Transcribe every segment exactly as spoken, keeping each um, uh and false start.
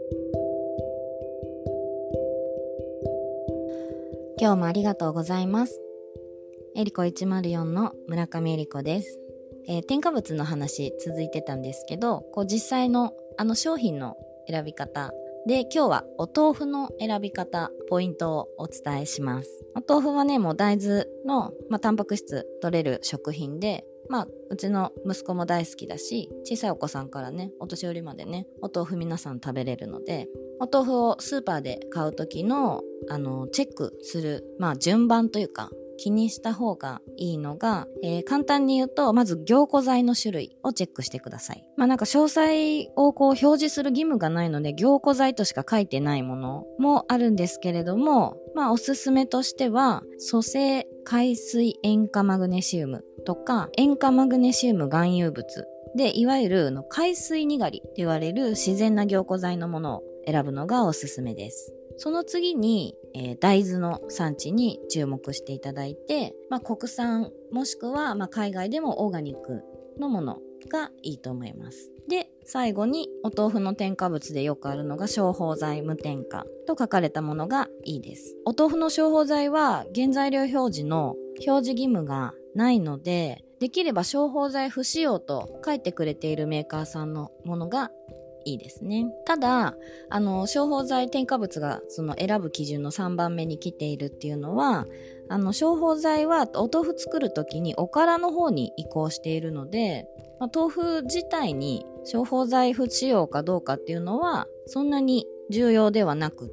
今日もありがとうございます。えりこいちまるよんの村上えりこです。えー、添加物の話続いてたんですけど、こう実際のあの商品の選び方で、今日はお豆腐の選び方ポイントをお伝えします。お豆腐はね、もう大豆の、まあ、タンパク質取れる食品で、まあうちの息子も大好きだし、小さいお子さんからね、お年寄りまでね、お豆腐皆さん食べれるので、お豆腐をスーパーで買う時のあのチェックする、まあ順番というか気にした方がいいのが、えー、簡単に言うと、まず凝固剤の種類をチェックしてください。まあなんか詳細をこう表示する義務がないので、凝固剤としか書いてないものもあるんですけれども、まあおすすめとしては、組成海水塩化マグネシウムとか、塩化マグネシウム含有物で、いわゆるの海水にがりって言われる自然な凝固剤のものを選ぶのがおすすめです。その次に、えー、大豆の産地に注目していただいて、まあ、国産もしくは、まあ、海外でもオーガニックのものがいいと思います。で、最後にお豆腐の添加物でよくあるのが消泡剤無添加と書かれたものがいいです。お豆腐の消泡剤は原材料表示の表示義務がないので、できれば消泡剤不使用と書いてくれているメーカーさんのものがいいですね。ただ、あの、消泡剤添加物がその選ぶ基準のさんばんめに来ているっていうのは、あの、消泡剤はお豆腐作るときにおからの方に移行しているので、まあ、豆腐自体に消泡剤不使用かどうかっていうのはそんなに重要ではなくって、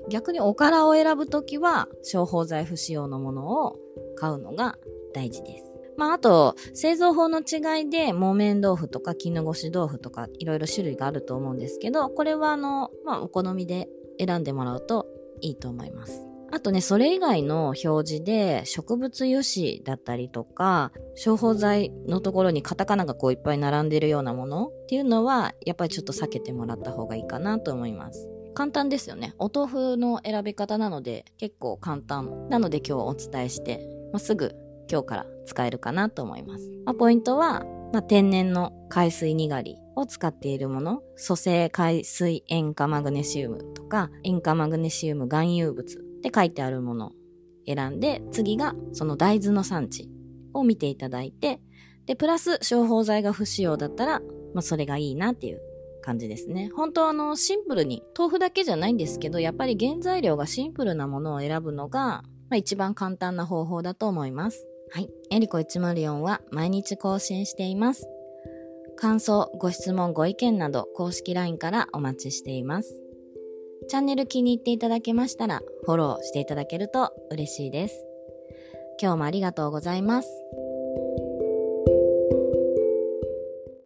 逆におからを選ぶときは消泡剤不使用のものを買うのが大事です。まあ、あと、製造法の違いで、木綿豆腐とか絹ごし豆腐とか、いろいろ種類があると思うんですけど、これはあの、まあ、お好みで選んでもらうといいと思います。あとね、それ以外の表示で、植物油脂だったりとか、消泡剤のところにカタカナがこういっぱい並んでるようなものっていうのは、やっぱりちょっと避けてもらった方がいいかなと思います。簡単ですよね。お豆腐の選び方なので、結構簡単なので今日お伝えして、まあ、すぐ今日から使えるかなと思います。まあ、ポイントは、まあ、天然の海水にがりを使っているもの、組成海水塩化マグネシウムとか塩化マグネシウム含有物って書いてあるものを選んで、次がその大豆の産地を見ていただいて、でプラス消泡剤が不使用だったら、まあ、それがいいなっていう感じですね。本当はあのシンプルに豆腐だけじゃないんですけど、やっぱり原材料がシンプルなものを選ぶのが、まあ、一番簡単な方法だと思います。はい。えりこいちまるよんは毎日更新しています。感想、ご質問、ご意見など公式 ライン からお待ちしています。チャンネル気に入っていただけましたらフォローしていただけると嬉しいです。今日もありがとうございます。